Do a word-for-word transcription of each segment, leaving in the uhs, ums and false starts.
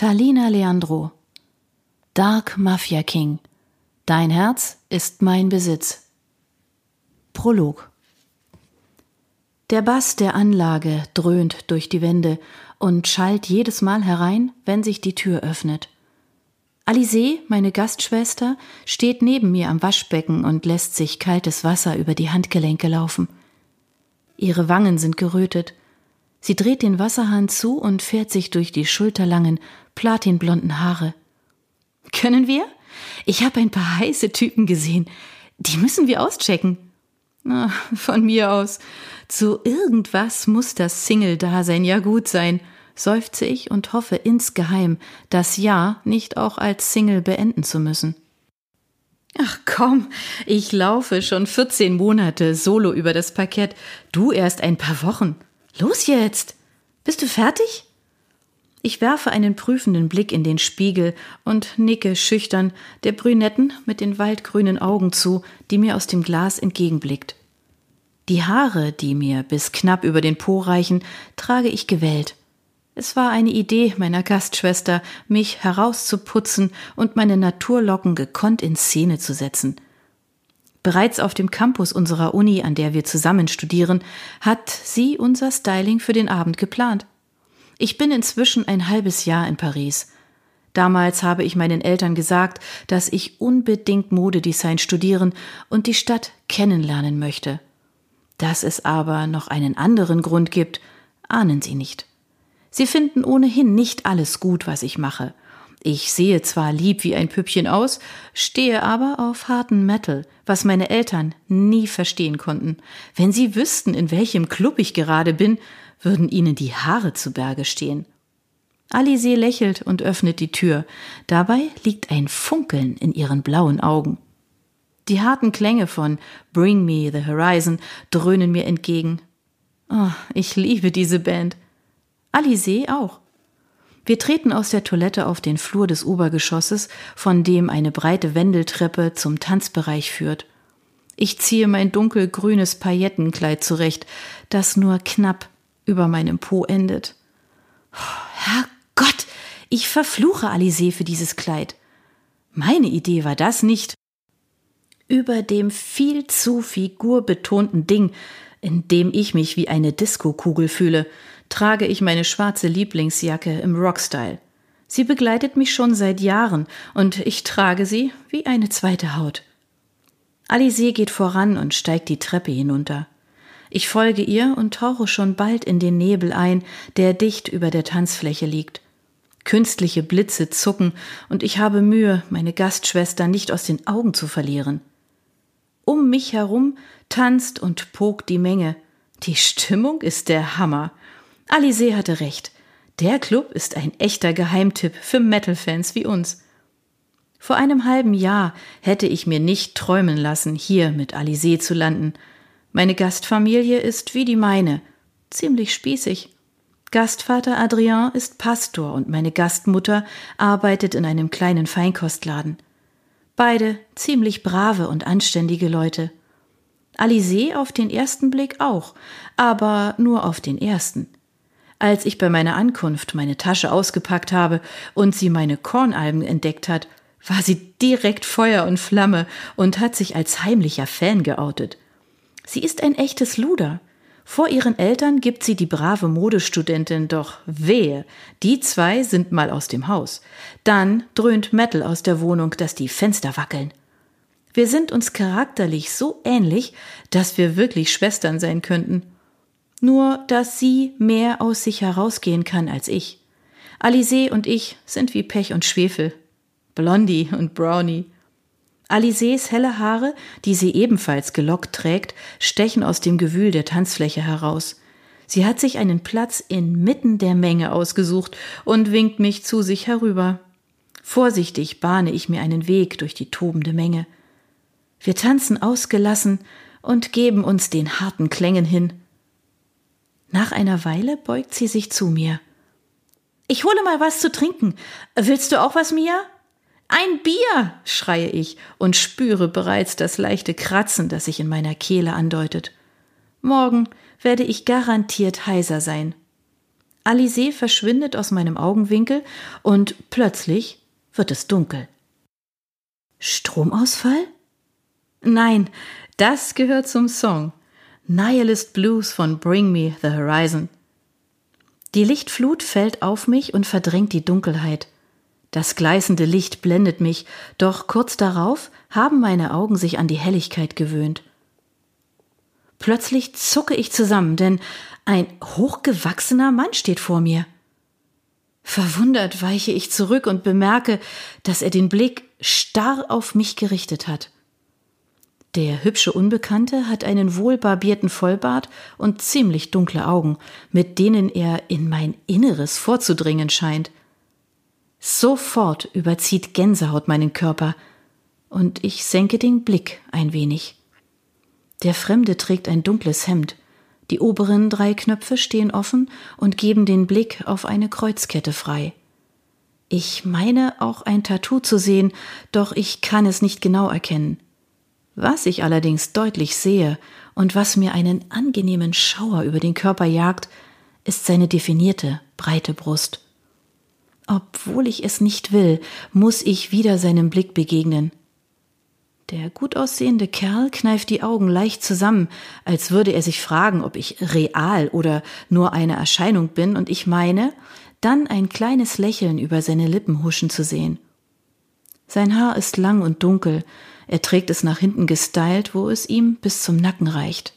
Talina Leandro. Dark Mafia King. Dein Herz ist mein Besitz. Prolog. Der Bass der Anlage dröhnt durch die Wände und schallt jedes Mal herein, wenn sich die Tür öffnet. Alizée, meine Gastschwester, steht neben mir am Waschbecken und lässt sich kaltes Wasser über die Handgelenke laufen. Ihre Wangen sind gerötet. Sie dreht den Wasserhahn zu und fährt sich durch die schulterlangen, platinblonden Haare. »Können wir? Ich habe ein paar heiße Typen gesehen. Die müssen wir auschecken.« Na, von mir aus. Zu irgendwas muss das Single-Dasein ja gut sein, seufze ich und hoffe insgeheim, das Jahr nicht auch als Single beenden zu müssen. »Ach komm, ich laufe schon vierzehn Monate solo über das Parkett, du erst ein paar Wochen. Los jetzt! Bist du fertig?« Ich werfe einen prüfenden Blick in den Spiegel und nicke schüchtern der Brünetten mit den waldgrünen Augen zu, die mir aus dem Glas entgegenblickt. Die Haare, die mir bis knapp über den Po reichen, trage ich gewellt. Es war eine Idee meiner Gastschwester, mich herauszuputzen und meine Naturlocken gekonnt in Szene zu setzen. Bereits auf dem Campus unserer Uni, an der wir zusammen studieren, hat sie unser Styling für den Abend geplant. Ich bin inzwischen ein halbes Jahr in Paris. Damals habe ich meinen Eltern gesagt, dass ich unbedingt Modedesign studieren und die Stadt kennenlernen möchte. Dass es aber noch einen anderen Grund gibt, ahnen sie nicht. Sie finden ohnehin nicht alles gut, was ich mache. Ich sehe zwar lieb wie ein Püppchen aus, stehe aber auf harten Metal, was meine Eltern nie verstehen konnten. Wenn sie wüssten, in welchem Club ich gerade bin, würden ihnen die Haare zu Berge stehen. Alizée lächelt und öffnet die Tür. Dabei liegt ein Funkeln in ihren blauen Augen. Die harten Klänge von Bring Me the Horizon dröhnen mir entgegen. Oh, ich liebe diese Band. Alizée auch. Wir treten aus der Toilette auf den Flur des Obergeschosses, von dem eine breite Wendeltreppe zum Tanzbereich führt. Ich ziehe mein dunkelgrünes Paillettenkleid zurecht, das nur knapp über meinem Po endet. Herrgott, ich verfluche Alizée für dieses Kleid. Meine Idee war das nicht. Über dem viel zu figurbetonten Ding, in dem ich mich wie eine Diskokugel fühle, trage ich meine schwarze Lieblingsjacke im Rockstyle. Sie begleitet mich schon seit Jahren und ich trage sie wie eine zweite Haut. Alizée geht voran und steigt die Treppe hinunter. Ich folge ihr und tauche schon bald in den Nebel ein, der dicht über der Tanzfläche liegt. Künstliche Blitze zucken und ich habe Mühe, meine Gastschwester nicht aus den Augen zu verlieren. Um mich herum tanzt und pokt die Menge. Die Stimmung ist der Hammer. Alizée hatte recht. Der Club ist ein echter Geheimtipp für Metal-Fans wie uns. Vor einem halben Jahr hätte ich mir nicht träumen lassen, hier mit Alizée zu landen. Meine Gastfamilie ist wie die meine, ziemlich spießig. Gastvater Adrien ist Pastor und meine Gastmutter arbeitet in einem kleinen Feinkostladen. Beide ziemlich brave und anständige Leute. Alizée auf den ersten Blick auch, aber nur auf den ersten. Als ich bei meiner Ankunft meine Tasche ausgepackt habe und sie meine Kornalben entdeckt hat, war sie direkt Feuer und Flamme und hat sich als heimlicher Fan geoutet. Sie ist ein echtes Luder. Vor ihren Eltern gibt sie die brave Modestudentin, doch wehe, die zwei sind mal aus dem Haus. Dann dröhnt Metal aus der Wohnung, dass die Fenster wackeln. Wir sind uns charakterlich so ähnlich, dass wir wirklich Schwestern sein könnten. Nur, dass sie mehr aus sich herausgehen kann als ich. Alizée und ich sind wie Pech und Schwefel. Blondie und Brownie. Alizées helle Haare, die sie ebenfalls gelockt trägt, stechen aus dem Gewühl der Tanzfläche heraus. Sie hat sich einen Platz inmitten der Menge ausgesucht und winkt mich zu sich herüber. Vorsichtig bahne ich mir einen Weg durch die tobende Menge. Wir tanzen ausgelassen und geben uns den harten Klängen hin. Nach einer Weile beugt sie sich zu mir. »Ich hole mal was zu trinken. Willst du auch was, Mia?« »Ein Bier«, schreie ich und spüre bereits das leichte Kratzen, das sich in meiner Kehle andeutet. Morgen werde ich garantiert heiser sein. Alizée verschwindet aus meinem Augenwinkel und plötzlich wird es dunkel. Stromausfall? Nein, das gehört zum Song. Nihilist Blues von Bring Me the Horizon. Die Lichtflut fällt auf mich und verdrängt die Dunkelheit. Das gleißende Licht blendet mich, doch kurz darauf haben meine Augen sich an die Helligkeit gewöhnt. Plötzlich zucke ich zusammen, denn ein hochgewachsener Mann steht vor mir. Verwundert weiche ich zurück und bemerke, dass er den Blick starr auf mich gerichtet hat. Der hübsche Unbekannte hat einen wohlbarbierten Vollbart und ziemlich dunkle Augen, mit denen er in mein Inneres vorzudringen scheint. Sofort überzieht Gänsehaut meinen Körper und ich senke den Blick ein wenig. Der Fremde trägt ein dunkles Hemd. Die oberen drei Knöpfe stehen offen und geben den Blick auf eine Kreuzkette frei. Ich meine auch ein Tattoo zu sehen, doch ich kann es nicht genau erkennen. Was ich allerdings deutlich sehe und was mir einen angenehmen Schauer über den Körper jagt, ist seine definierte, breite Brust. Obwohl ich es nicht will, muss ich wieder seinem Blick begegnen. Der gut aussehende Kerl kneift die Augen leicht zusammen, als würde er sich fragen, ob ich real oder nur eine Erscheinung bin, und ich meine, dann ein kleines Lächeln über seine Lippen huschen zu sehen. Sein Haar ist lang und dunkel, er trägt es nach hinten gestylt, wo es ihm bis zum Nacken reicht.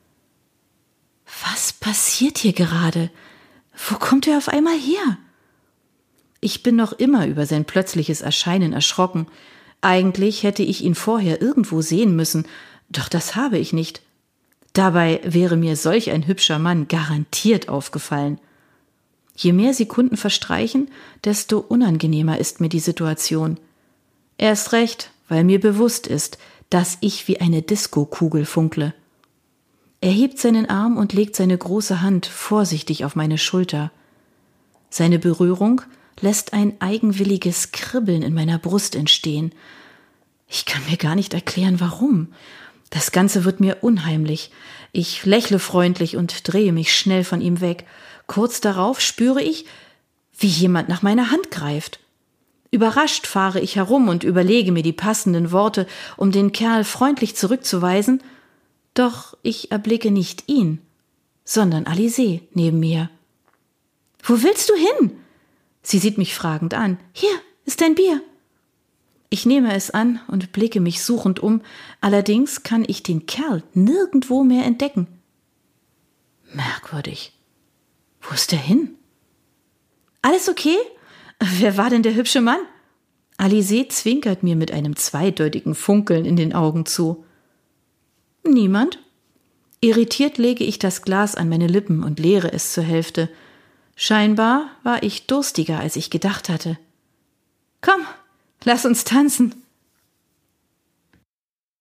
Was passiert hier gerade? Wo kommt er auf einmal her? Ich bin noch immer über sein plötzliches Erscheinen erschrocken. Eigentlich hätte ich ihn vorher irgendwo sehen müssen, doch das habe ich nicht. Dabei wäre mir solch ein hübscher Mann garantiert aufgefallen. Je mehr Sekunden verstreichen, desto unangenehmer ist mir die Situation. Erst recht, weil mir bewusst ist, dass ich wie eine Diskokugel funkle. Er hebt seinen Arm und legt seine große Hand vorsichtig auf meine Schulter. Seine Berührung lässt ein eigenwilliges Kribbeln in meiner Brust entstehen. Ich kann mir gar nicht erklären, warum. Das Ganze wird mir unheimlich. Ich lächle freundlich und drehe mich schnell von ihm weg. Kurz darauf spüre ich, wie jemand nach meiner Hand greift. Überrascht fahre ich herum und überlege mir die passenden Worte, um den Kerl freundlich zurückzuweisen, doch ich erblicke nicht ihn, sondern Alizée neben mir. »Wo willst du hin?« Sie sieht mich fragend an. »Hier ist dein Bier.« Ich nehme es an und blicke mich suchend um, allerdings kann ich den Kerl nirgendwo mehr entdecken. Merkwürdig. Wo ist er hin? »Alles okay? Wer war denn der hübsche Mann?« Alizée zwinkert mir mit einem zweideutigen Funkeln in den Augen zu. »Niemand?« Irritiert lege ich das Glas an meine Lippen und leere es zur Hälfte. Scheinbar war ich durstiger, als ich gedacht hatte. »Komm, lass uns tanzen.«